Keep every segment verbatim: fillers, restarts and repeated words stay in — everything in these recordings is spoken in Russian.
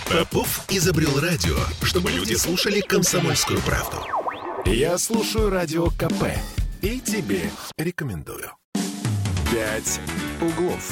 Попов изобрел радио, чтобы люди слушали комсомольскую правду. Я слушаю Радио КП и тебе рекомендую. «Пять углов».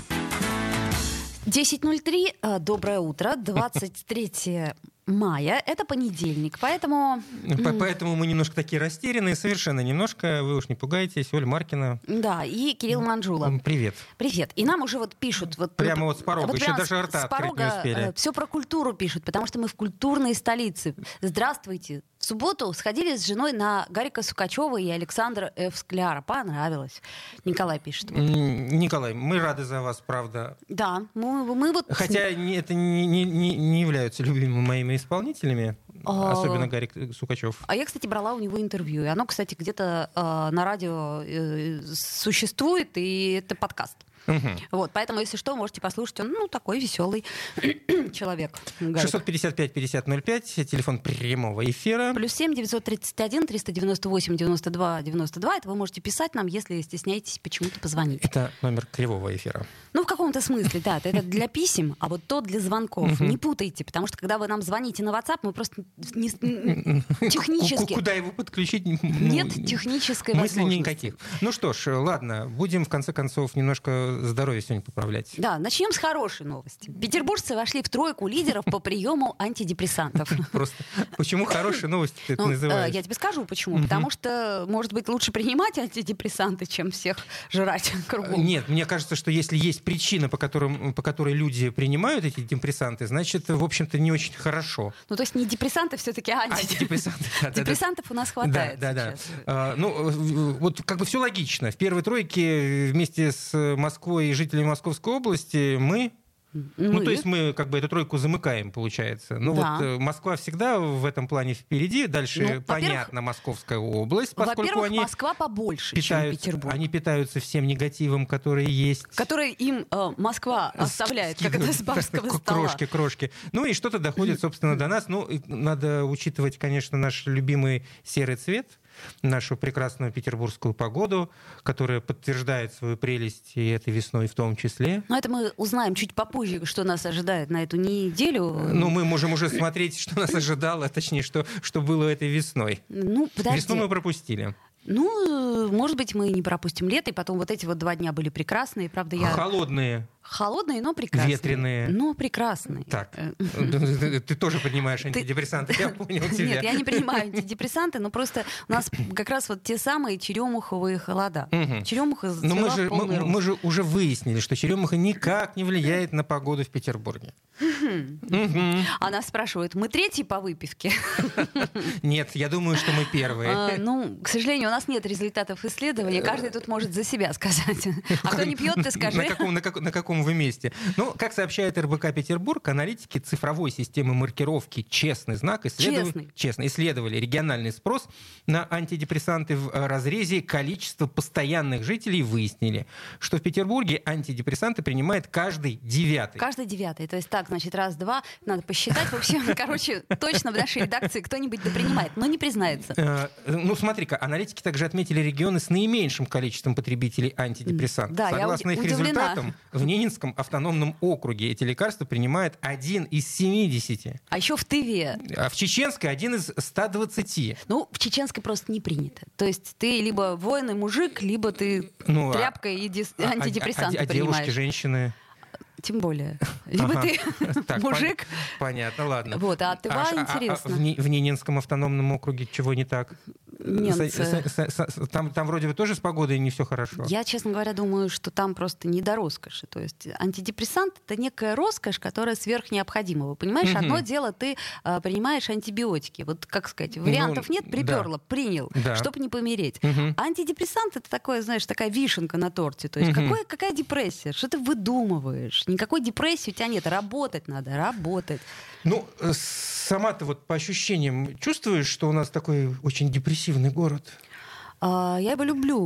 десять ноль три. Доброе утро. двадцать третьего мая. Это понедельник, поэтому... Поэтому мы немножко такие растерянные, совершенно немножко. Вы уж не пугайтесь. Оля Маркина. Да, и Кирилл Манжула. Привет. Привет. И нам уже вот пишут... Вот, прямо вот, вот с порога. Вот Еще даже рта открыть не успели. Все про культуру пишут, потому что мы в культурной столице. Здравствуйте. В субботу сходили с женой на Гарика Сукачева и Александра Ф. Скляра. Понравилось. Николай пишет. Николай, мы рады за вас, правда. Да, мы, мы вот... Хотя это не, не, не являются любимыми моими исполнителями, а... особенно Гарик Сукачев. А я, кстати, брала у него интервью. И оно, кстати, где-то э, на радио э, существует, и это подкаст. Угу. Вот, поэтому, если что, можете послушать. Он, ну, такой веселый человек. шестьсот пятьдесят пять пятьдесят ноль пять, телефон прямого эфира. Плюс семь девятьсот тридцать один триста девяносто восемь девяносто два девяносто два. Это вы можете писать нам, если стесняетесь почему-то позвонить. Это номер кривого эфира. Ну, в каком-то смысле, да. Это для писем, а вот то для звонков. Не путайте, потому что, когда вы нам звоните на WhatsApp, мы просто не, технически... Куда его подключить? Нет технической возможности. Мыслей никаких. Ну что ж, ладно, будем, в конце концов, немножко здоровье сегодня поправлять. Да, начнем с хорошей новости. Петербуржцы вошли в тройку лидеров по приему антидепрессантов. Просто почему хорошая новость ты это называешь? Я тебе скажу, почему. Потому что, может быть, лучше принимать антидепрессанты, чем всех жрать кругом. Нет, мне кажется, что если есть причина, по, которым, по которой люди принимают эти депрессанты, значит, в общем-то, не очень хорошо. Ну, то есть не депрессанты все-таки, а антидепрессанты. Депрессантов у нас хватает. Да, да, да. Ну, вот как бы все логично. В первой тройке вместе с Москвой и жителями Московской области мы... Мы. Ну, то есть мы как бы эту тройку замыкаем, получается. Ну, да. Вот Москва всегда в этом плане впереди. Дальше, ну, понятно, Московская область, поскольку во-первых, они... Москва побольше, питают, чем Петербург. Они питаются всем негативом, который есть. Который им э, Москва оставляет, как это с барского стола. Крошки, крошки. Ну, и что-то доходит, собственно, до нас. Ну, надо учитывать, конечно, наш любимый серый цвет, нашу прекрасную петербургскую погоду, которая подтверждает свою прелесть и этой весной в том числе. Но это мы узнаем чуть попозже, что нас ожидает на эту неделю. Ну, мы можем уже смотреть, что нас ожидало, точнее, что, что было этой весной. Ну, подожди. Весну мы пропустили. Ну, может быть, мы не пропустим лето, и потом вот эти вот два дня были прекрасные, правда, я... Холодные. Холодные, но прекрасные. Ветреные. Но прекрасные. Так, ты тоже принимаешь антидепрессанты, я понял тебя. Нет, я не принимаю антидепрессанты, но просто у нас как раз вот те самые черемуховые холода. Черемуха зацвела в полный рост. Мы же уже выяснили, что черемуха никак не влияет на погоду в Петербурге. А нас спрашивают, мы третьи по выпивке? Нет, я думаю, что мы первые. Ну, к сожалению, у нас нет результатов исследования, каждый тут может за себя сказать. А кто не пьет, ты скажи. На каком вы месте? Ну, как сообщает эр бэ ка Петербург, аналитики цифровой системы маркировки «Честный знак» исследовали, честно, исследовали региональный спрос на антидепрессанты в разрезе количества постоянных жителей и выяснили, что в Петербурге антидепрессанты принимает каждый девятый. Каждый девятый. То есть так, значит, раз-два, надо посчитать. В общем, короче, точно в нашей редакции кто-нибудь да принимает, но не признается. Ну, смотри-ка, аналитики также отметили регионы с наименьшим количеством потребителей антидепрессантов. Да, согласно их результатам, в Ненецком автономном округе эти лекарства принимает один из семидесяти. А еще в Тыве. А в Чеченской один из ста двадцати. Ну, в Чеченской просто не принято. То есть ты либо воин и мужик, либо ты ну, тряпка а, и дис... а, антидепрессанты а, а, а принимаешь. А девушки, женщины... Тем более. Либо ага. ты так, мужик. Понятно, ладно. Вот, а Тыва а, интересно. А, а в, в Ненецком автономном округе чего не так? Немцы. С, с, с, там, там вроде бы тоже с погодой не все хорошо. Я, честно говоря, думаю, что там просто не до роскоши. То есть антидепрессант — это некая роскошь, которая сверхнеобходима. Вы понимаешь, угу. одно дело, ты а, принимаешь антибиотики. Вот, как сказать, вариантов ну, нет, приперло, да. принял, да. чтобы не помереть. Угу. А антидепрессант — это такое, знаешь, такая вишенка на торте. То есть угу. какое, какая депрессия? Что ты выдумываешь? Никакой депрессии у тебя нет. Работать надо, работать. Ну, сама ты вот по ощущениям чувствуешь, что у нас такой очень депрессивный город? А, я его люблю.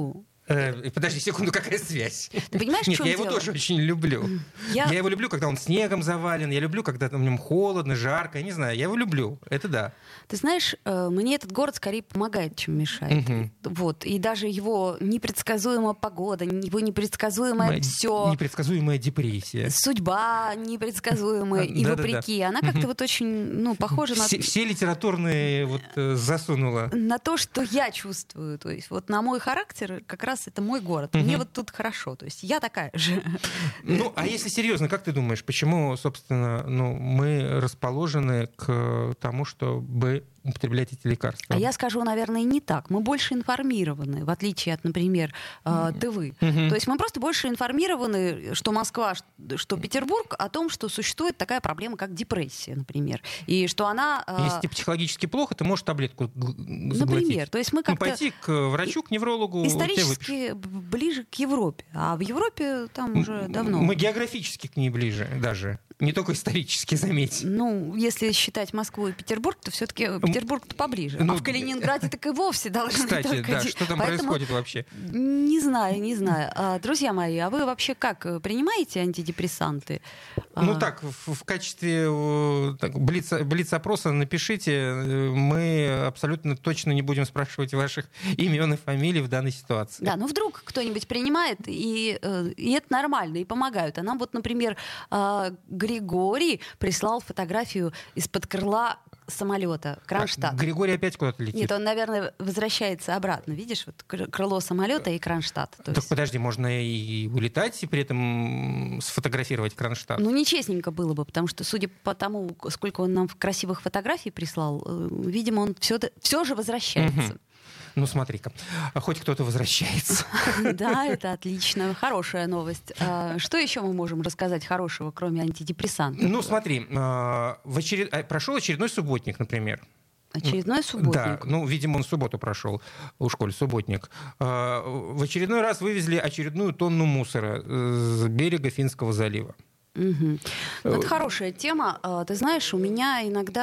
Э, подожди секунду, какая связь? Ты понимаешь, Нет, в чем я его дело? тоже очень люблю. Я... я его люблю, когда он снегом завален, я люблю, когда в нем холодно, жарко, я не знаю, я его люблю, это да. Ты знаешь, мне этот город скорее помогает, чем мешает. Угу. Вот. И даже его непредсказуемая погода, его непредсказуемое Моя все. Непредсказуемая депрессия. Судьба непредсказуемая, и вопреки. Она как-то вот очень, ну, похожа на... Все литературные вот засунула. На то, что я чувствую. То есть вот на мой характер как раз это мой город. Мне вот тут хорошо. То есть я такая же. Ну, а если серьезно, как ты думаешь, почему, собственно, ну, мы расположены к тому, чтобы употреблять эти лекарства? А я скажу, наверное, не так. Мы больше информированы, в отличие от, например, ТВ. Mm-hmm. То есть мы просто больше информированы, что Москва, что Петербург, о том, что существует такая проблема, как депрессия, например. И что она... Если тебе психологически плохо, ты можешь таблетку заглотить. Например. То есть мы как-то... Ну, пойти к врачу, к неврологу. Исторически ближе к Европе. А в Европе там уже давно. Мы географически к ней ближе даже. Не только исторически, заметь. Ну, если считать Москву и Петербург, то все-таки Петербург-то поближе. Ну, а в Калининграде так и вовсе должны. Кстати, только да, один. что там Поэтому происходит вообще? Не знаю, не знаю. А, друзья мои, а вы вообще как, принимаете антидепрессанты? Ну а... так, в, в качестве так, блиц, блиц-опроса напишите. Мы абсолютно точно не будем спрашивать ваших имен и фамилий в данной ситуации. Да, ну вдруг кто-нибудь принимает, и, и это нормально, и помогают. А нам вот, например, Григорий прислал фотографию из-под крыла самолета Кронштадт. Григорий опять куда-то летит? Нет, он, наверное, возвращается обратно. Видишь, вот крыло самолета и Кронштадт. Так есть... подожди, можно и улетать, и при этом сфотографировать Кронштадт? Ну, нечестненько было бы, потому что, судя по тому, сколько он нам красивых фотографий прислал, видимо, он все, все же возвращается. Угу. Ну, смотри-ка, хоть кто-то возвращается. Да, это отлично. Хорошая новость. Что еще мы можем рассказать хорошего, кроме антидепрессантов? Ну, смотри, в очеред... прошел очередной субботник, например. Очередной субботник? Да, ну, видимо, он в субботу прошел у школы, субботник. В очередной раз вывезли очередную тонну мусора с берега Финского залива. Угу. Ну, это хорошая тема. Ты знаешь, у меня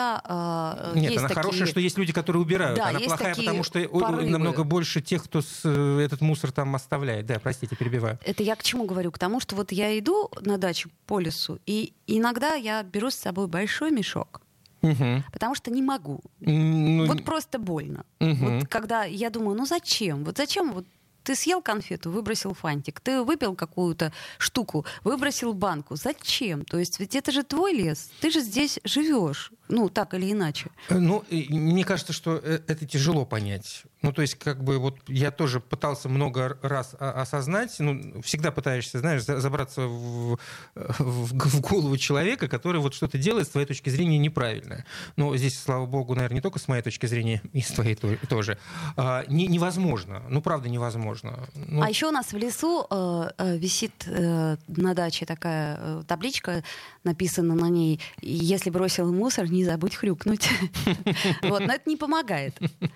иногда Нет, есть она такие... хорошая, что есть люди, которые убирают. Да, она плохая, потому что порывы. Намного больше тех, кто с, этот мусор там оставляет. Да, простите, перебиваю. Это я к чему говорю? К тому, что вот я иду на дачу по лесу, и иногда я беру с собой большой мешок. Угу. Потому что не могу. Ну... Вот просто больно. Угу. Вот когда я думаю, ну зачем? Вот зачем вот ты съел конфету, выбросил фантик. Ты выпил какую-то штуку, выбросил банку. Зачем? То есть ведь это же твой лес. Ты же здесь живешь. Ну, так или иначе. Ну, мне кажется, что это тяжело понять. Ну, то есть, как бы, вот я тоже пытался много раз осознать, ну, всегда пытаешься, знаешь, забраться в, в, в голову человека, который вот что-то делает с твоей точки зрения неправильно. Но здесь, слава богу, наверное, не только с моей точки зрения, и с твоей тоже. А, не, невозможно. Ну, правда, невозможно. Ну... А еще у нас в лесу э, э, висит э, на даче такая э, табличка, написано на ней: «Если бросил мусор, не забудь хрюкнуть». Вот, но это не помогает.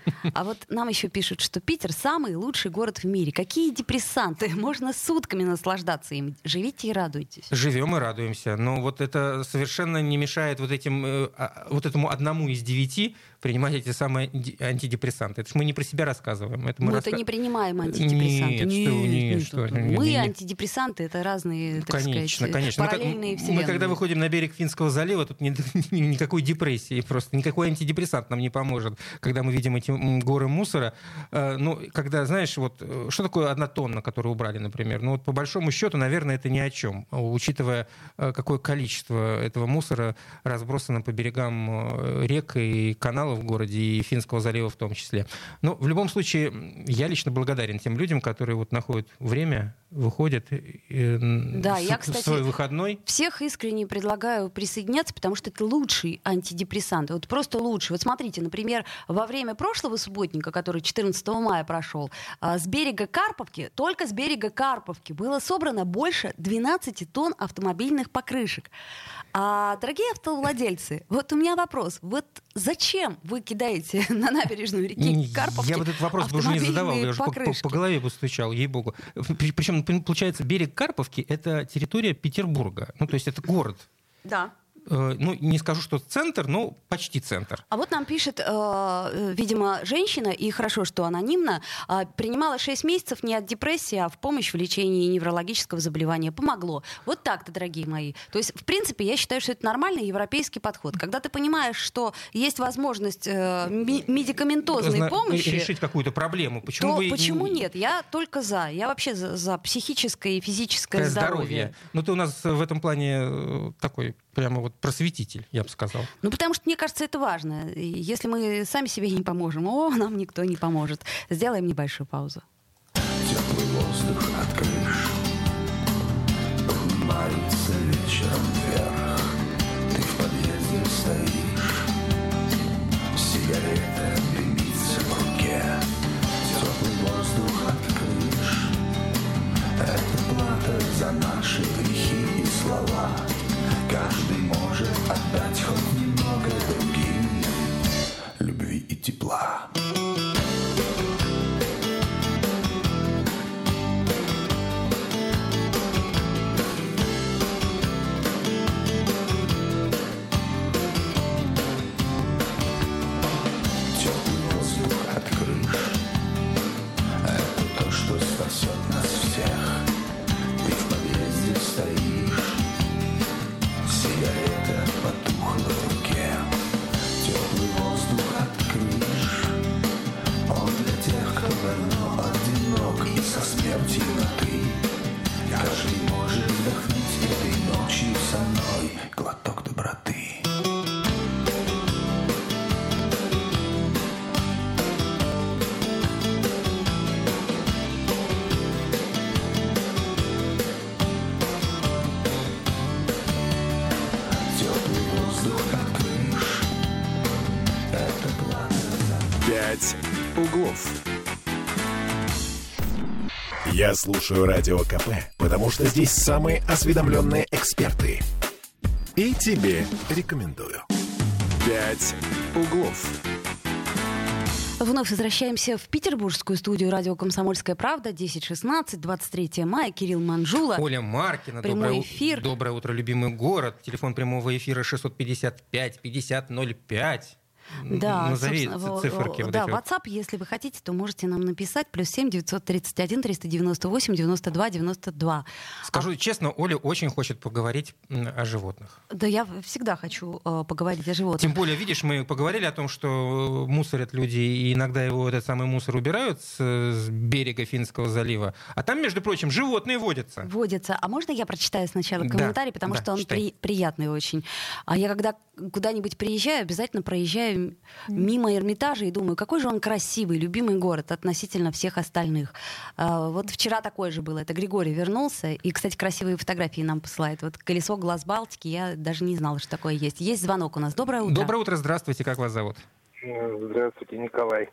А вот нам еще пишут, что Питер самый лучший город в мире. Какие депрессанты? Можно сутками наслаждаться им. Живите и радуйтесь. Живем и радуемся. Но вот это совершенно не мешает вот, этим, вот этому одному из девяти принимать эти самые антидепрессанты. Это же мы не про себя рассказываем. Это мы, мы раска... это не принимаем антидепрессанты. Нет, нет, что, нет, что, мы нет, нет. антидепрессанты, это разные, так конечно, сказать, конечно. параллельные мы, вселенные. Мы когда выходим на берег Финского залива, тут ни, никакой депрессии, просто никакой антидепрессант нам не поможет, когда мы видим эти горы мусора. Ну, когда, знаешь, вот что такое одна тонна, которую убрали, например? Ну, вот по большому счету, наверное, это ни о чем, учитывая, какое количество этого мусора разбросано по берегам рек и каналов в городе, и Финского залива в том числе. Но в любом случае, я лично благодарен тем людям, которые вот находят время, выходят да, в, я, в кстати, свой выходной. Всех искренне предлагаю присоединяться, потому что это лучший антидепрессант. Вот просто лучший. Вот смотрите, например, во время прошлого субботника, который четырнадцатого мая прошел, с берега Карповки, только с берега Карповки было собрано больше двенадцать тонн автомобильных покрышек. А, дорогие автовладельцы, вот у меня вопрос. Вот зачем вы кидаете на набережную реки Карповки Я вот этот вопрос бы уже не задавал, я уже по, по, по голове бы стучал, ей-богу. Причем, получается, берег Карповки — это территория Петербурга. Ну, то есть это город. Да. ну, не скажу, что центр, но почти центр. А вот нам пишет, э, видимо, женщина, и хорошо, что анонимно, э, принимала шесть месяцев не от депрессии, а в помощь в лечении неврологического заболевания. Помогло. Вот так-то, дорогие мои. То есть, в принципе, я считаю, что это нормальный европейский подход. Когда ты понимаешь, что есть возможность э, медикаментозной Зна- помощи... решить какую-то проблему. Почему, то вы... почему нет? Я только за. Я вообще за, за психическое и физическое здоровье. здоровье. Ну, ты у нас в этом плане такой прямо вот просветитель, я бы сказал. Ну, потому что, мне кажется, это важно. Если мы сами себе не поможем, о, нам никто не поможет. Сделаем небольшую паузу. Теплый воздух от крыш поднимается вечером вверх. Ты в подъезде стоишь, сигарета дымится в руке. Теплый воздух от крыш — это плата за наши грехи и слова. Каждый может отдать хоть немного другим любви и тепла. Теплый воздух от крыш — это то, что спасет нас всех. Ты в подъезде стоишь, сигарета потухла в руке. Теплый воздух от крыш, он для тех, кто давно одинок и со смертью на «ты». Каждый может вдохнуть этой ночью со мной глоток доброты. «Пять углов». Я слушаю Радио КП, потому что здесь самые осведомленные эксперты. И тебе рекомендую. «Пять углов». Вновь возвращаемся в петербургскую студию радио «Комсомольская правда». десять шестнадцать, двадцать третьего мая. Кирилл Манжула. Оля Маркина. Прямой доброе, эфир. Доброе утро, любимый город. Телефон прямого эфира шестьсот пятьдесят пять пятьдесят ноль пять. Да, назови циферки. В, вот да, WhatsApp, вот. Если вы хотите, то можете нам написать. Плюс семь девятьсот тридцать один триста девяносто восемь девяносто два девяносто два. Скажу а... честно, Оля очень хочет поговорить о животных. Да, я всегда хочу э, поговорить о животных. Тем более, видишь, мы поговорили о том, что мусорят люди, и иногда его этот самый мусор убирают с, с берега Финского залива. А там, между прочим, животные водятся. Водятся. А можно я прочитаю сначала комментарий, да, потому да, что он при, приятный очень. А я когда куда-нибудь приезжаю, обязательно проезжаю мимо Эрмитажа и думаю, какой же он красивый, любимый город относительно всех остальных. А, вот вчера такое же было. Это Григорий вернулся. И, кстати, красивые фотографии нам посылает. Вот колесо глаз Балтики. Я даже не знала, что такое есть. Есть звонок у нас. Доброе утро. Доброе утро. Здравствуйте. Как вас зовут? Здравствуйте, Николай.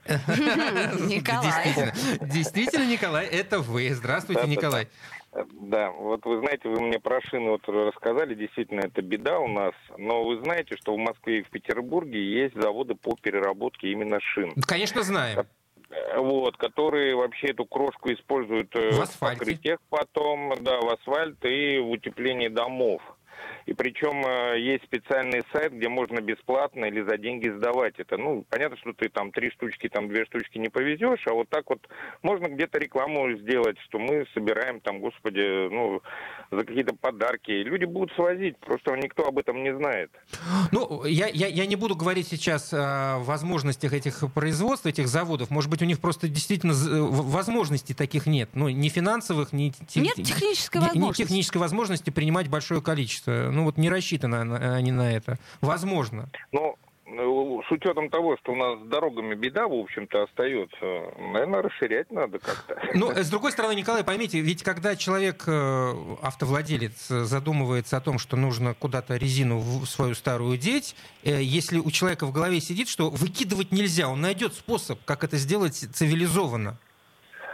Николай. Действительно, Николай, это вы. Здравствуйте, Николай. Да, вот вы знаете, вы мне про шины вот рассказали, действительно, это беда у нас, но вы знаете, что в Москве и в Петербурге есть заводы по переработке именно шин. Конечно, знаем. Вот, которые вообще эту крошку используют в, в покрытиях потом, да, в асфальт и в утеплении домов. И причем э, есть специальный сайт, где можно бесплатно или за деньги сдавать это. Ну, понятно, что ты там три штучки, там две штучки не повезешь, а вот так вот можно где-то рекламу сделать, что мы собираем там, господи, ну, за какие-то подарки. И люди будут свозить, просто никто об этом не знает. Ну, я, я, я не буду говорить сейчас о возможностях этих производств, этих заводов. Может быть, у них просто действительно возможностей таких нет. Ну, ни финансовых, ни, нет технической ни, возможности. ни технической возможности принимать большое количество. Ну вот не рассчитаны они на это. Возможно. Ну, с учетом того, что у нас с дорогами беда, в общем-то, остается, наверное, расширять надо как-то. Ну, с другой стороны, Николай, поймите, ведь когда человек, автовладелец, задумывается о том, что нужно куда-то резину в свою старую деть, если у человека в голове сидит, что выкидывать нельзя, он найдет способ, как это сделать цивилизованно.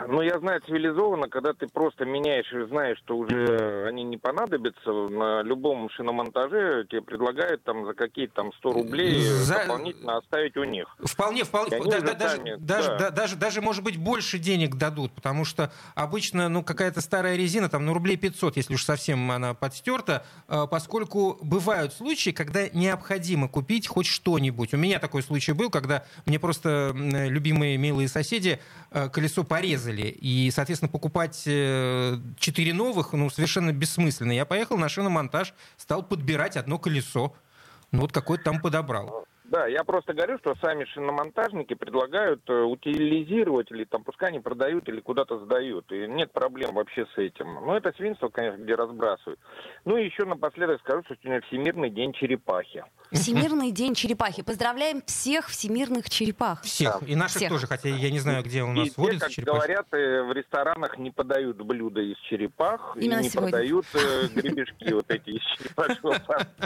Ну, я знаю, цивилизованно, когда ты просто меняешь и знаешь, что уже они не понадобятся, на любом шиномонтаже тебе предлагают там за какие-то там сто рублей за... дополнительно оставить у них. Вполне, вполне. Да, да, даже, сами, даже, да. да, даже, даже, может быть, больше денег дадут, потому что обычно, ну, какая-то старая резина, там, ну, рублей пятьсот, если уж совсем она подстерта, поскольку бывают случаи, когда необходимо купить хоть что-нибудь. У меня такой случай был, когда мне просто любимые, милые соседи колесо порезали. И, соответственно, покупать четыре новых, ну, совершенно бессмысленно. Я поехал на шиномонтаж, стал подбирать одно колесо. Ну, вот какое-то там подобрал. Да, я просто говорю, что сами шиномонтажники предлагают утилизировать, или там пускай они продают или куда-то сдают. И нет проблем вообще с этим. Но это свинство, конечно, где разбрасывают. Ну и еще напоследок скажу, что сегодня Всемирный день черепахи. Всемирный день черепахи. Поздравляем всех всемирных черепах. Всех. Да. И наших всех тоже, хотя я не знаю, где у нас и водятся те, как черепахи. Говорят, в ресторанах не подают блюда из черепах. Именно и не сегодня. Подают гребешки вот эти из черепашьего.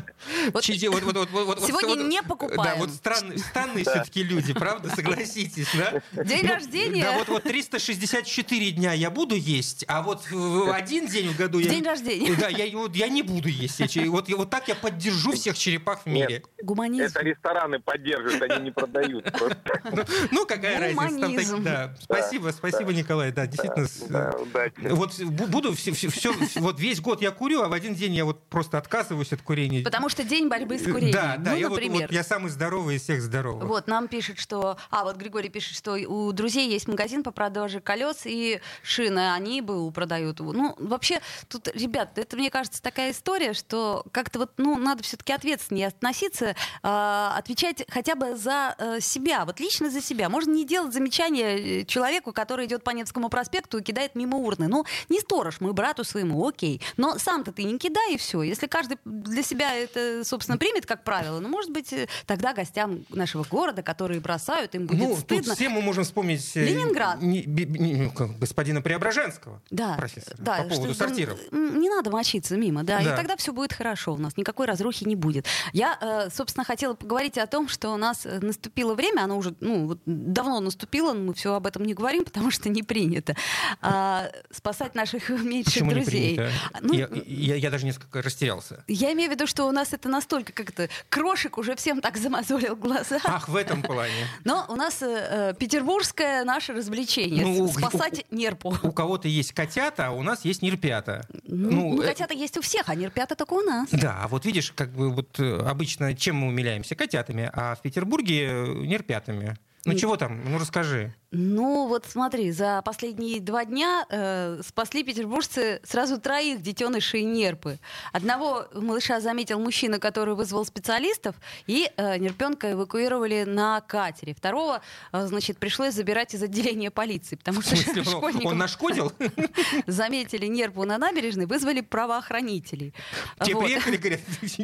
Сегодня не покупаем. Да, вот странные, странные да. все-таки люди, правда, согласитесь, да? День рождения. Да, вот, вот триста шестьдесят четыре дня я буду есть, а вот один день в году я... День рождения. Да, я, вот, я не буду есть. Я, вот, вот так я поддержу всех черепах в мире. Нет, гуманизм. Это рестораны поддерживают, они не продают. Ну, ну какая гуманизм. разница? Там, да. Спасибо, да, спасибо, да. Николай. Да, действительно. Да, да, вот буду все, все, все, вот весь год я курю, а в один день я вот просто отказываюсь от курения. Потому что день борьбы с курением. Да, да, ну, я, например. Вот, вот, я самый здоровый из всех здоровых. Вот, нам пишет, что... А, вот Григорий пишет, что у друзей есть магазин по продаже колес и шины, они БУ продают. Ну, вообще, тут, ребят, это, мне кажется, такая история, что как-то вот, ну, надо все-таки ответственнее относиться, э, отвечать хотя бы за э, себя, вот лично за себя. Можно не делать замечания человеку, который идет по Невскому проспекту и кидает мимо урны. Ну, не сторож мы брату своему, окей. Но сам-то ты не кидай, и все. Если каждый для себя это, собственно, примет, как правило, ну, может быть, тогда гостям нашего города, которые бросают, им будет ну, стыдно. Тут все мы можем вспомнить Ленинград. Не, не, не, господина Преображенского, да, профессора, да, по поводу что, сортиров. Не надо мочиться мимо, да, да, и тогда все будет хорошо у нас, никакой разрухи не будет. Я, собственно, хотела поговорить о том, что у нас наступило время, оно уже ну, вот давно наступило, мы все об этом не говорим, потому что не принято. А, спасать наших меньших Почему друзей. Не принято? Ну, я, я, я даже несколько растерялся. Я имею в виду, что у нас это настолько как-то крошек уже всем так замазолил глаза. Ах, в этом плане. Но у нас э, петербургское наше развлечение. Ну, спасать у, нерпу. У кого-то есть котята, а у нас есть нерпята. Ну, ну котята э... есть у всех, а нерпята только у нас. Да, а вот видишь, как бы вот обычно чем мы умиляемся? Котятами, а в Петербурге нерпятами. Ну чего там? Ну расскажи. Ну вот смотри, за последние два дня э, спасли петербуржцы сразу троих детенышей нерпы. Одного малыша заметил мужчина, который вызвал специалистов, и э, нерпенка эвакуировали на катере. Второго, э, значит, пришлось забирать из отделения полиции, потому что школьников... Он нашкодил? Заметили нерпу на набережной, вызвали правоохранителей. Те приехали, говорят,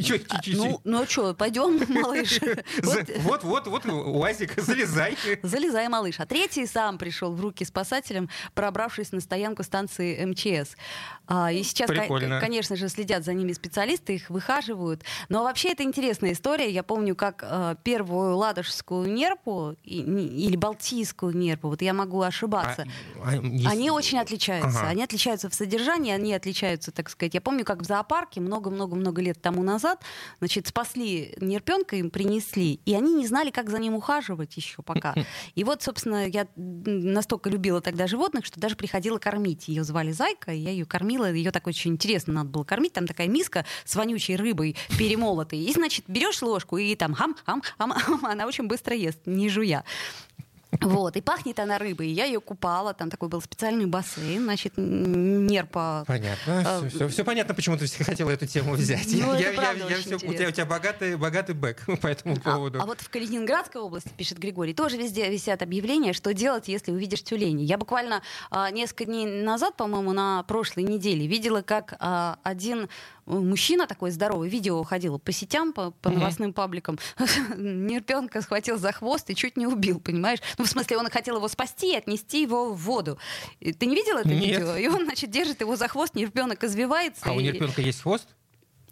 ну, ну что, пойдем, малыш. Вот, вот, вот, УАЗик, залезай. Залезай, малыш. А третий сам пришел в руки спасателям, пробравшись на стоянку станции МЧС. И сейчас, Прикольно. конечно же, следят за ними специалисты, их выхаживают. Но вообще это интересная история. Я помню, как первую ладожскую нерпу или балтийскую нерпу, вот я могу ошибаться, а, а, есть... они очень отличаются. Ага. Они отличаются в содержании, они отличаются, так сказать. Я помню, как в зоопарке много-много-много лет тому назад, значит, спасли нерпенка, им принесли, и они не знали, как за ним ухаживать еще пока. И вот, собственно, я настолько любила тогда животных, что даже приходила кормить. Ее звали Зайка, и я ее кормила. Ее так очень интересно надо было кормить. Там такая миска с вонючей рыбой перемолотой. И, значит, берешь ложку и там хам-хам-хам, она очень быстро ест, не жуя. Вот, и пахнет она рыбой. Я ее купала, там такой был специальный бассейн, значит, нерпа. Понятно, а, все, все, все понятно, почему ты хотела эту тему взять. Ну, я, я, я, я все, у, тебя, у тебя богатый, богатый бэк по этому поводу. А, а вот в Калининградской области, пишет Григорий, тоже везде висят объявления, что делать, если увидишь тюленей. Я буквально а, несколько дней назад, по-моему, на прошлой неделе видела, как а, один мужчина такой здоровый, видео ходило по сетям, по, по новостным пабликам, нерпенка схватил за хвост и чуть не убил, понимаешь? Ну, в смысле, он хотел его спасти и отнести его в воду. Ты не видел это Нет. видео? И он, значит, держит его за хвост, нерпенок извивается. А и... у нерпенка есть хвост?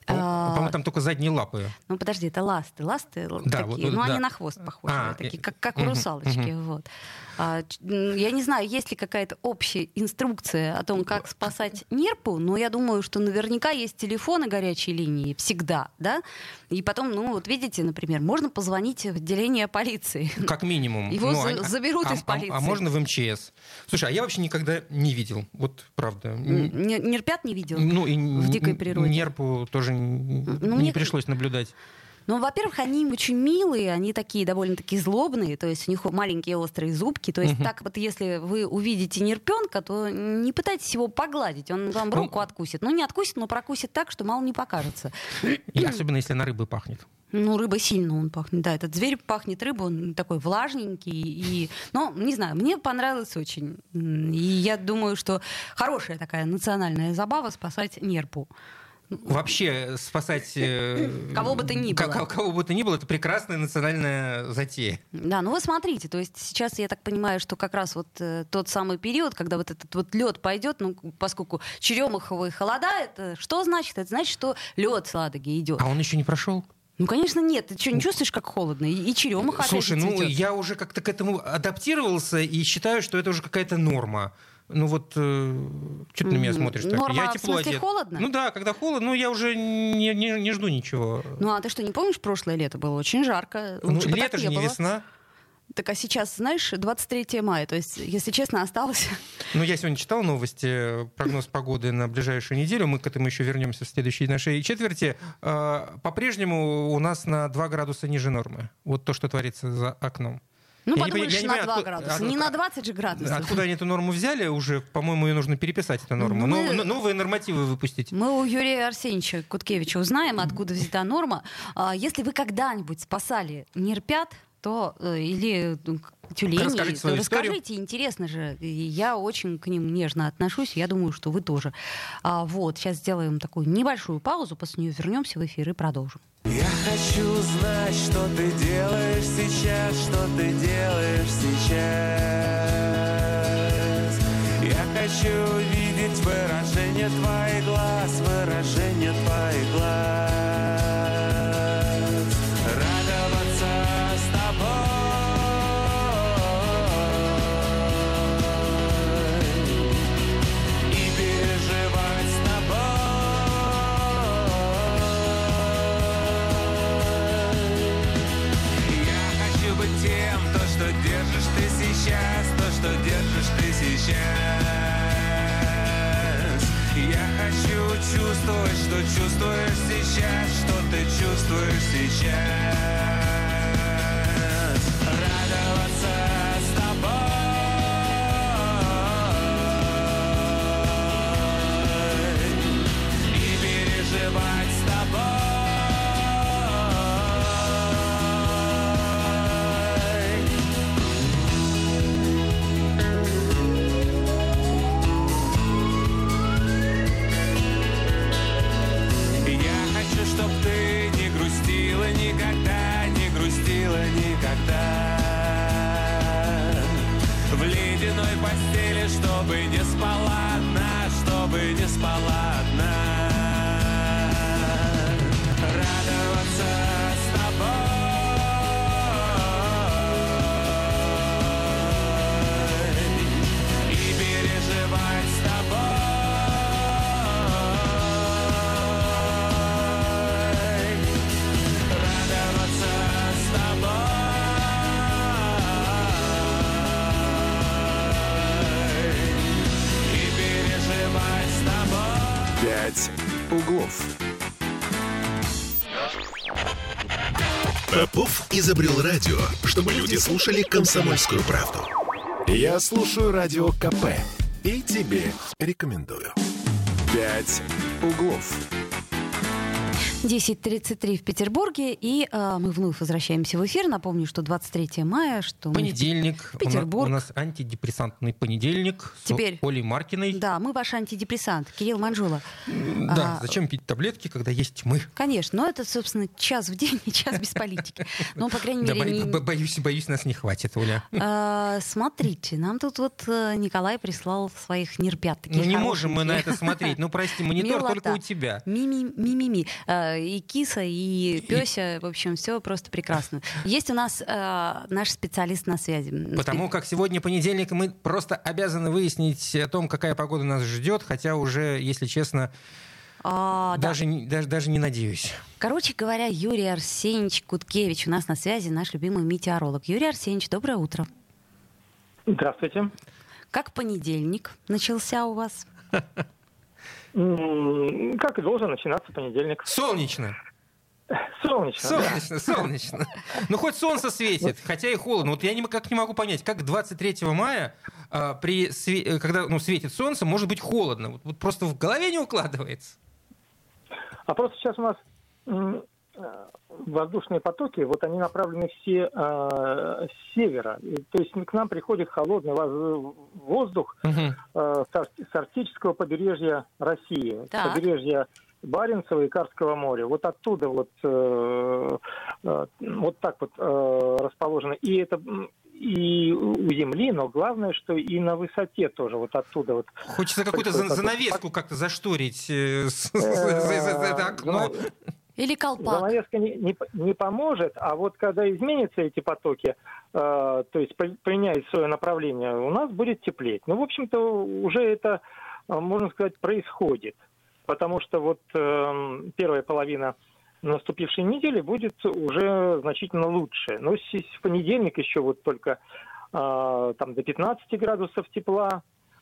По-моему, по-моему, там только задние лапы. Ну, подожди, это ласты. Ласты да, такие, вот, ну, да. Они на хвост похожи, а, такие, как, как у угу, русалочки. Угу. Вот. А, я не знаю, есть ли какая-то общая инструкция о том, как спасать нерпу, но я думаю, что наверняка есть телефоны горячей линии всегда, да? И потом, ну, вот видите, например, можно позвонить в отделение полиции. Как минимум. Его ну, за, а, заберут а, из полиции. А, а можно в эм че эс. Слушай, а я вообще никогда не видел, вот правда. Нерпят не видел ну, и в дикой природе? Нерпу тоже ну, не мне... пришлось наблюдать. Ну, во-первых, они очень милые, они такие довольно-таки злобные, то есть у них маленькие острые зубки. То есть uh-huh. так вот, если вы увидите нерпенка, то не пытайтесь его погладить, он вам руку ну, откусит. Ну, не откусит, но прокусит так, что мало не покажется. И особенно, если на рыбы пахнет. Ну, рыба сильно он пахнет. Да, этот зверь пахнет рыбой, он такой влажненький. И... Ну, не знаю, мне понравилось очень. И я думаю, что хорошая такая национальная забава спасать нерпу. Вообще спасать кого бы то ни было. Кого, кого бы то ни было, это прекрасная национальная затея. Да, ну вы смотрите, то есть сейчас я так понимаю, что как раз вот э, тот самый период, когда вот этот вот лед пойдет, ну поскольку черемуховые холода, это что значит? Это значит, что лед с Ладоги идет. А он еще не прошел? Ну, конечно, нет. Ты что, не чувствуешь, как холодно? И, и черемуха опять Слушай, ну цветет. Я уже как-то к этому адаптировался и считаю, что это уже какая-то норма. Ну вот, э, что ты на меня смотришь так? Норма, я тепло в смысле, одет. Холодно? Ну да, когда холодно, ну я уже не, не, не жду ничего. Ну а ты что, не помнишь, прошлое лето было очень жарко? Ну, лето же не было. Весна. Так а сейчас, знаешь, двадцать третье мая, то есть, если честно, осталось... Ну, я сегодня читал новости, прогноз погоды на ближайшую неделю, мы к этому еще вернемся в следующей нашей четверти. По-прежнему у нас на два градуса ниже нормы. Вот то, что творится за окном. Ну, я подумаешь, не, я на не два откуда, градуса, от, не на двадцать же градусов. Откуда они эту норму взяли уже? По-моему, ее нужно переписать, эту норму. Ну, мы, новые нормативы выпустить. Мы у Юрия Арсеньевича Куткевича узнаем, откуда взята норма. Если вы когда-нибудь спасали нерпят, то или тюленей, расскажите свою расскажите, историю. Интересно же. Я очень к ним нежно отношусь, я думаю, что вы тоже. А, вот, сейчас сделаем такую небольшую паузу, после нее вернемся в эфир и продолжим. Я хочу знать, что ты делаешь сейчас, что ты делаешь сейчас. Я хочу видеть выражение твоих глаз, выражение твоих глаз. Радоваться с тобой и переживать с тобой. Я хочу быть тем, то, что держишь ты сейчас, то, что держишь ты сейчас. Я хочу чувствовать, что чувствуешь сейчас, что ты чувствуешь сейчас. Радоваться с тобой и переживать с тобой. Чтоб ты не грустила никогда, не грустила никогда. В ледяной постели, чтобы не спала одна, чтобы не спала одна. Радоваться с тобой и переживать с тобой. Пять углов. Попов изобрел радио, чтобы люди слушали «Комсомольскую правду». Я слушаю радио КП и тебе рекомендую. Пять углов. десять тридцать три в Петербурге, и э, мы вновь возвращаемся в эфир. Напомню, что двадцать третьего мая, что понедельник. Мы в Петербург. У нас, у нас антидепрессантный понедельник Теперь, с Олей Маркиной. Да, мы ваш антидепрессант, Кирилл Манжула. Да, а, зачем пить таблетки, когда есть мы? Конечно, но это, собственно, час в день и час без политики. Но, по крайней мере... Да, боюсь, боюсь, нас не хватит, Оля. А, смотрите, нам тут вот Николай прислал своих нерпят. Ну не можем мы на это смотреть. Ну прости, монитор только у тебя. Ми-ми-ми-ми. И киса, и пёся, в общем, все просто прекрасно. Есть у нас э, наш специалист на связи. Потому как сегодня понедельник, мы просто обязаны выяснить о том, какая погода нас ждет, хотя уже, если честно, а, даже, да. даже, даже не надеюсь. Короче говоря, Юрий Арсеньевич Куткевич у нас на связи, наш любимый метеоролог. Юрий Арсеньевич, доброе утро. Здравствуйте. Как понедельник начался у вас? Как и должен начинаться понедельник. Солнечно. Солнечно, Солнечно, да. солнечно. Ну, хоть солнце светит, хотя и холодно. Вот я никак не могу понять, как двадцать третьего мая, а, при све- когда ну, светит солнце, может быть холодно. Вот, вот просто в голове не укладывается. А просто сейчас у нас м- воздушные потоки, вот они направлены все э, с севера. И, то есть к нам приходит холодный воздух угу. э, с арктического побережья России, так. побережья Баренцева и Карского моря. Вот оттуда вот, э, э, вот так вот э, расположено. И это и у Земли, но главное, что и на высоте тоже. Вот оттуда вот. Хочется какую-то занавеску как-то зашторить это окно. Или колпак. Занавеска не, не, не поможет, а вот когда изменятся эти потоки, э, то есть поменяют свое направление, у нас будет теплеть. Ну, в общем-то, уже это, можно сказать, происходит. Потому что вот э, первая половина наступившей недели будет уже значительно лучше. Но в понедельник еще вот только э, там до пятнадцати градусов тепла.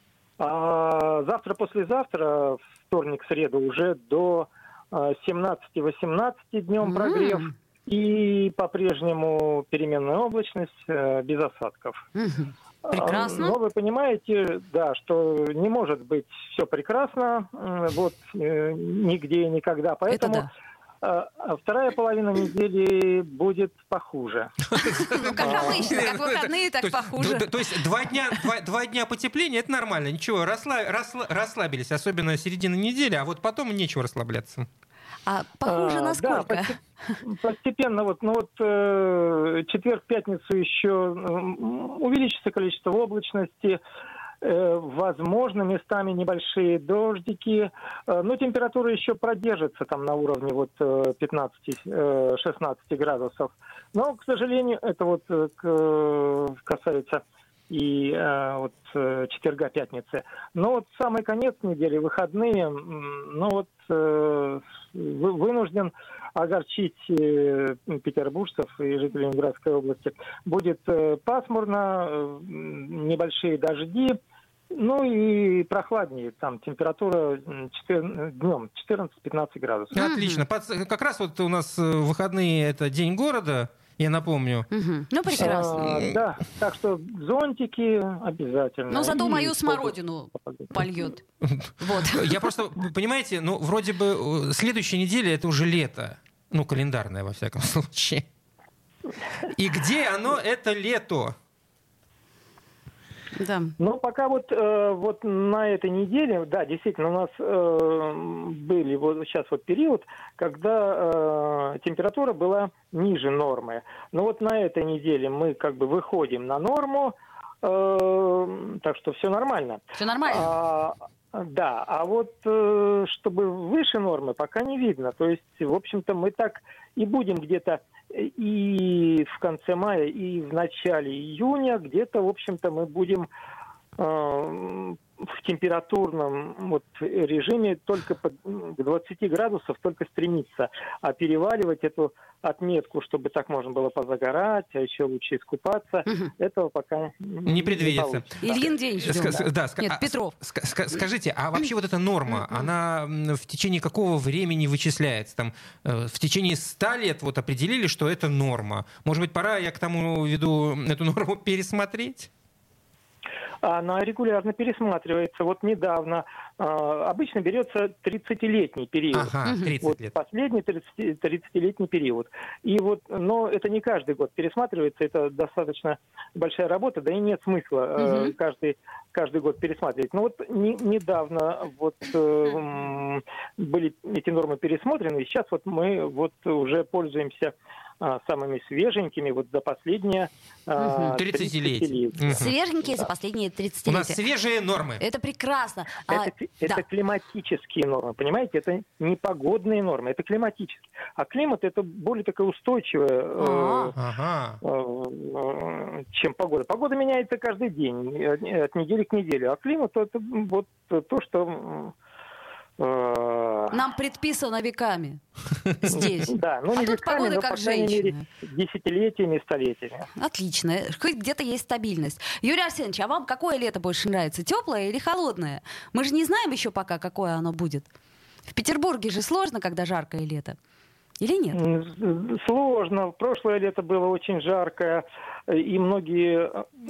А завтра-послезавтра, вторник, среду, уже до семнадцати-восемнадцати днем mm-hmm. прогрев. И по-прежнему переменная облачность э, без осадков. Mm-hmm. Прекрасно. Но вы понимаете, да, что не может быть все прекрасно, э, вот э, нигде и никогда. Поэтому э, вторая половина недели будет похуже. Ну, как обычно, как выходные, так похуже. То есть два дня потепления, это нормально, ничего, расслабились, особенно середина недели, а вот потом нечего расслабляться. А похуже насколько? Да, постепенно. Вот, ну вот э, четверг, пятницу еще увеличится количество облачности, э, возможно, местами небольшие дождики, э, но температура еще продержится там на уровне вот пятнадцати-шестнадцати градусов. Но, к сожалению, это вот э, касается и э, вот четверга, пятницы. Но вот самый конец недели, выходные, ну вот э, вынужден огорчить э, петербуржцев и жителей Ленинградской области. Будет э, пасмурно, э, небольшие дожди, ну и прохладнее. Там температура четырнадцать, днем четырнадцать-пятнадцать градусов. Отлично. Под, как раз вот у нас выходные — это День города. Я напомню. Угу. Ну, прекрасно. А, да, так что зонтики обязательно. Но зато и мою смородину польет. Вот. Я просто, понимаете, ну, вроде бы следующая неделя — это уже лето. Ну, календарное, во всяком случае. И где оно, это лето? Да. Но пока вот, э, вот на этой неделе, да, действительно, у нас э, были вот сейчас вот период, когда э, температура была ниже нормы. Но вот на этой неделе мы как бы выходим на норму, э, так что все нормально. Все нормально. А, да, а вот э, чтобы выше нормы пока не видно. То есть, в общем-то, мы так и будем где-то и в конце мая, и в начале июня где-то, в общем-то, мы будем э, в температурном вот, режиме только под, к двадцати градусов только стремиться, а переваливать эту отметку, чтобы так можно было позагорать, а еще лучше искупаться, угу. этого пока не, не предвидится. Ильин день ждем. Ск- да. Да, Нет, а, Петров. Ск- скажите, а вообще вот эта норма, она в течение какого времени вычисляется? Там, в течение ста лет вот определили, что это норма. Может быть, пора, я к тому веду, эту норму пересмотреть? Она регулярно пересматривается. Вот недавно а, обычно берется тридцатилетний период. Ага, тридцать вот лет. Последний тридцатилетний период. И вот, но это не каждый год пересматривается, это достаточно большая работа, да и нет смысла угу. каждый, каждый год пересматривать. Но вот не, недавно вот, э, были эти нормы пересмотрены, и сейчас вот мы вот уже пользуемся самыми свеженькими вот за последние угу. тридцатилетия. Угу. Свеженькие за последние тридцатилетия. У нас свежие нормы. Это прекрасно. Это, а, это да. климатические нормы, понимаете? Это не погодные нормы, это климатические. А климат это более такая устойчивая, ага. э, э, чем погода. Погода меняется каждый день, от недели к неделе. А климат это вот то, что... Нам предписано веками здесь. Да, ну не а веками, но, по крайней мере, десятилетиями, столетиями. Отлично. Хоть где-то есть стабильность. Юрий Арсеньевич, а вам какое лето больше нравится? Теплое или холодное? Мы же не знаем еще пока, какое оно будет. В Петербурге же сложно, когда жаркое лето. Или нет? Сложно. Прошлое лето было очень жаркое, и многие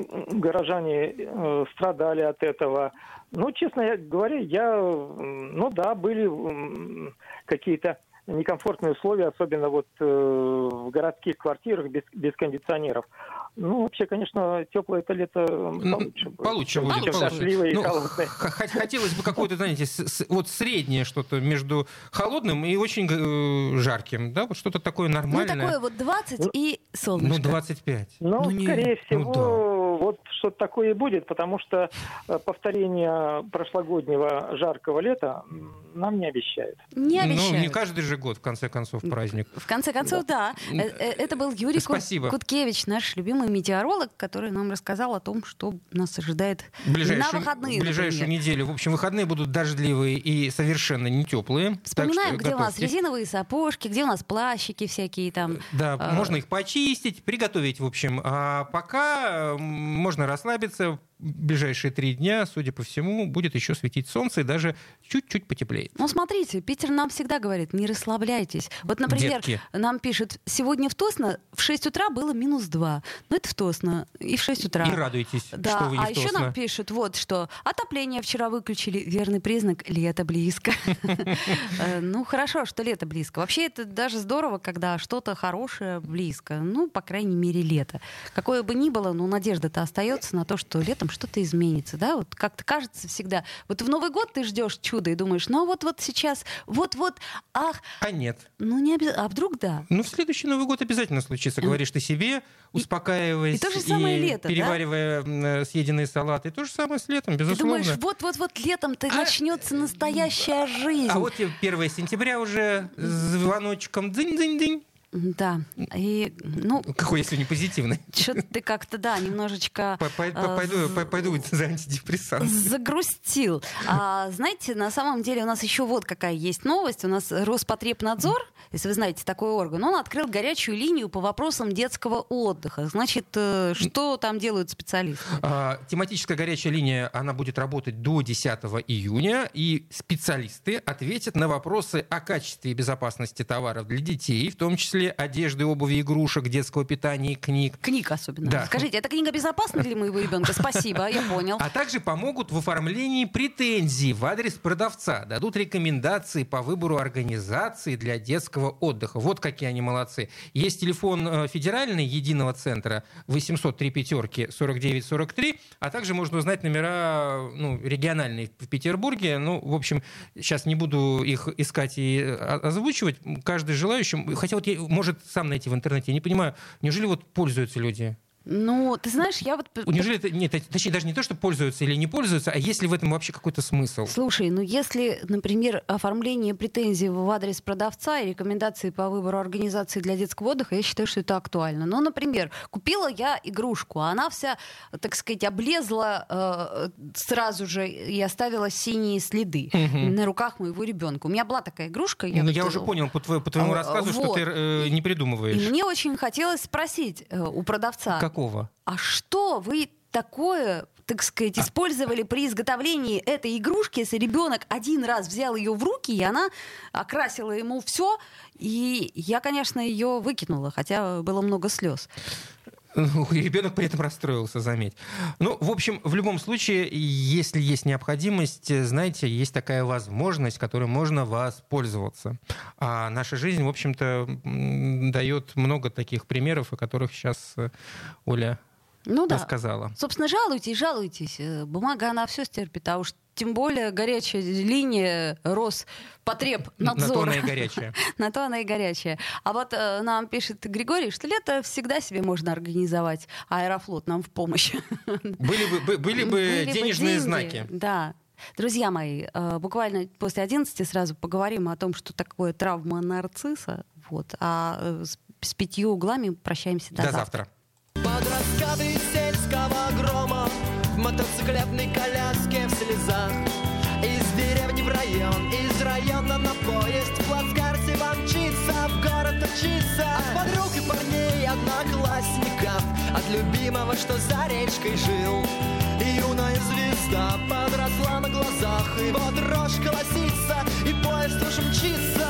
горожане страдали от этого. Ну, честно говоря, я, ну да, были какие-то некомфортные условия, особенно вот в городских квартирах без, без кондиционеров. Ну, вообще, конечно, теплое это лето получше будет. Получше будет. Чем дождливое и ну, холодное. Хотелось бы какое-то, знаете, с, с, вот среднее что-то между холодным и очень э, жарким, да? Вот что-то такое нормальное. Ну, такое вот двадцать ну, и солнышко. Ну, двадцать пять. Ну, ну не, скорее всего, ну, да. вот что-то такое и будет, потому что повторение прошлогоднего жаркого лета нам не обещают. Не обещают. Ну, не каждый же год, в конце концов, праздник. В конце концов, да. да. Это был Юрий Спасибо. Куткевич, наш любимый метеоролог, который нам рассказал о том, что нас ожидает ближайшую, на выходные. Ближайшую например. неделю. В общем, выходные будут дождливые и совершенно не теплые. Вспоминаем, где готовьте. У нас резиновые сапожки, где у нас плащики всякие там. Да, а... можно их почистить, приготовить, в общем. А пока можно расслабиться. Ближайшие три дня, судя по всему, будет еще светить солнце и даже чуть-чуть потеплеет. Ну, смотрите, Питер нам всегда говорит, не расслабляйтесь. Вот, например, Детки. Нам пишут, сегодня в Тосно в шесть утра было минус два. Ну, это в Тосно. И в шесть утра. И радуйтесь, да. что вы не а в еще Тосно. нам пишут, вот что, отопление вчера выключили, верный признак, лето близко. Ну, хорошо, что лето близко. Вообще, это даже здорово, когда что-то хорошее близко. Ну, по крайней мере, лето. Какое бы ни было, но надежда-то остается на то, что летом что-то изменится, да, вот как-то кажется всегда. Вот в Новый год ты ждешь чуда и думаешь, ну вот-вот сейчас, вот-вот, ах. А нет. Ну не обязательно, а вдруг да? Ну в следующий Новый год обязательно случится, говоришь ты себе, успокаиваясь. И, и то же самое и лето, переваривая да? съеденные салаты. И то же самое с летом, безусловно. Ты думаешь, вот-вот-вот летом-то а... начнется настоящая жизнь. А вот первое сентября уже с звоночком дзынь-дзынь-дзынь. Да. И, ну, какой, если не позитивный? Что-то ты как-то, да, немножечко... Пойду, пойду за антидепрессант. Загрустил. А, знаете, на самом деле у нас еще вот какая есть новость. У нас Роспотребнадзор, если вы знаете такой орган, он открыл горячую линию по вопросам детского отдыха. Значит, что там делают специалисты? А, тематическая горячая линия, она будет работать до десятого июня, и специалисты ответят на вопросы о качестве и безопасности товаров для детей, в том числе одежды, обуви, игрушек, детского питания и книг. Книг особенно. Да. Скажите, эта книга безопасна для моего ребенка? Спасибо, я понял. А также помогут в оформлении претензий в адрес продавца. Дадут рекомендации по выбору организации для детского отдыха. Вот какие они молодцы. Есть телефон федеральный единого центра восемьсот три пятерки сорок девять сорок три, а также можно узнать номера ну, региональные в Петербурге. Ну, в общем, сейчас не буду их искать и озвучивать. Каждый желающий, хотя вот я может сам найти в интернете. Я не понимаю, неужели вот пользуются люди? Ну, ты знаешь, я вот... Неужели это... Нет, точнее, даже не то, что пользуются или не пользуются, а есть ли в этом вообще какой-то смысл? Слушай, ну если, например, оформление претензий в адрес продавца и рекомендации по выбору организации для детского отдыха, я считаю, что это актуально. Ну, например, купила я игрушку, а она вся, так сказать, облезла э, сразу же и оставила синие следы угу. на руках моего ребенка. У меня была такая игрушка. Я, ну, вот, я уже понял по, твоему, по твоему а, рассказу, вот. что ты э, не придумываешь. И мне очень хотелось спросить э, у продавца. Как Какого? А что вы такое, так сказать, использовали при изготовлении этой игрушки, если ребенок один раз взял ее в руки, и она окрасила ему все, и я, конечно, ее выкинула, хотя было много слез. И ребенок при этом расстроился, заметь. Ну, в общем, в любом случае, если есть необходимость, знаете, есть такая возможность, которой можно воспользоваться. А наша жизнь, в общем-то, дает много таких примеров, о которых сейчас Оля ну, да. рассказала. Собственно, жалуйтесь, жалуйтесь. Бумага, она все стерпит, а уж тем более горячая линия Роспотребнадзора. На то она и горячая. На то она и горячая. А вот э, нам пишет Григорий, что лето всегда себе можно организовать. Аэрофлот нам в помощь. Были бы, были бы были денежные бы знаки. Да. Друзья мои, э, буквально после одиннадцати сразу поговорим о том, что такое травма нарцисса. Вот. А э, с, с пятью углами прощаемся до, до завтра. завтра. Под раскаты сельского грома, в мотоциклетной коляске в слезах, из деревни в район, из района на поезд, в плацкарте помчится, в город учиться. От подруг и парней, одноклассников, от любимого, что за речкой жил. Юная звезда подросла на глазах, и вот рожь колосится, и поезд уж мчится.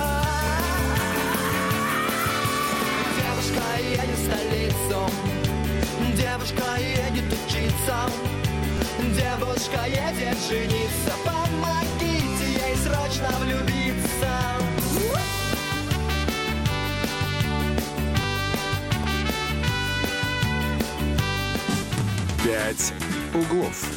Девушка едет в столицу, девушка едет учиться, девушка едет жениться. Помогите ей срочно влюбиться. «Пять углов».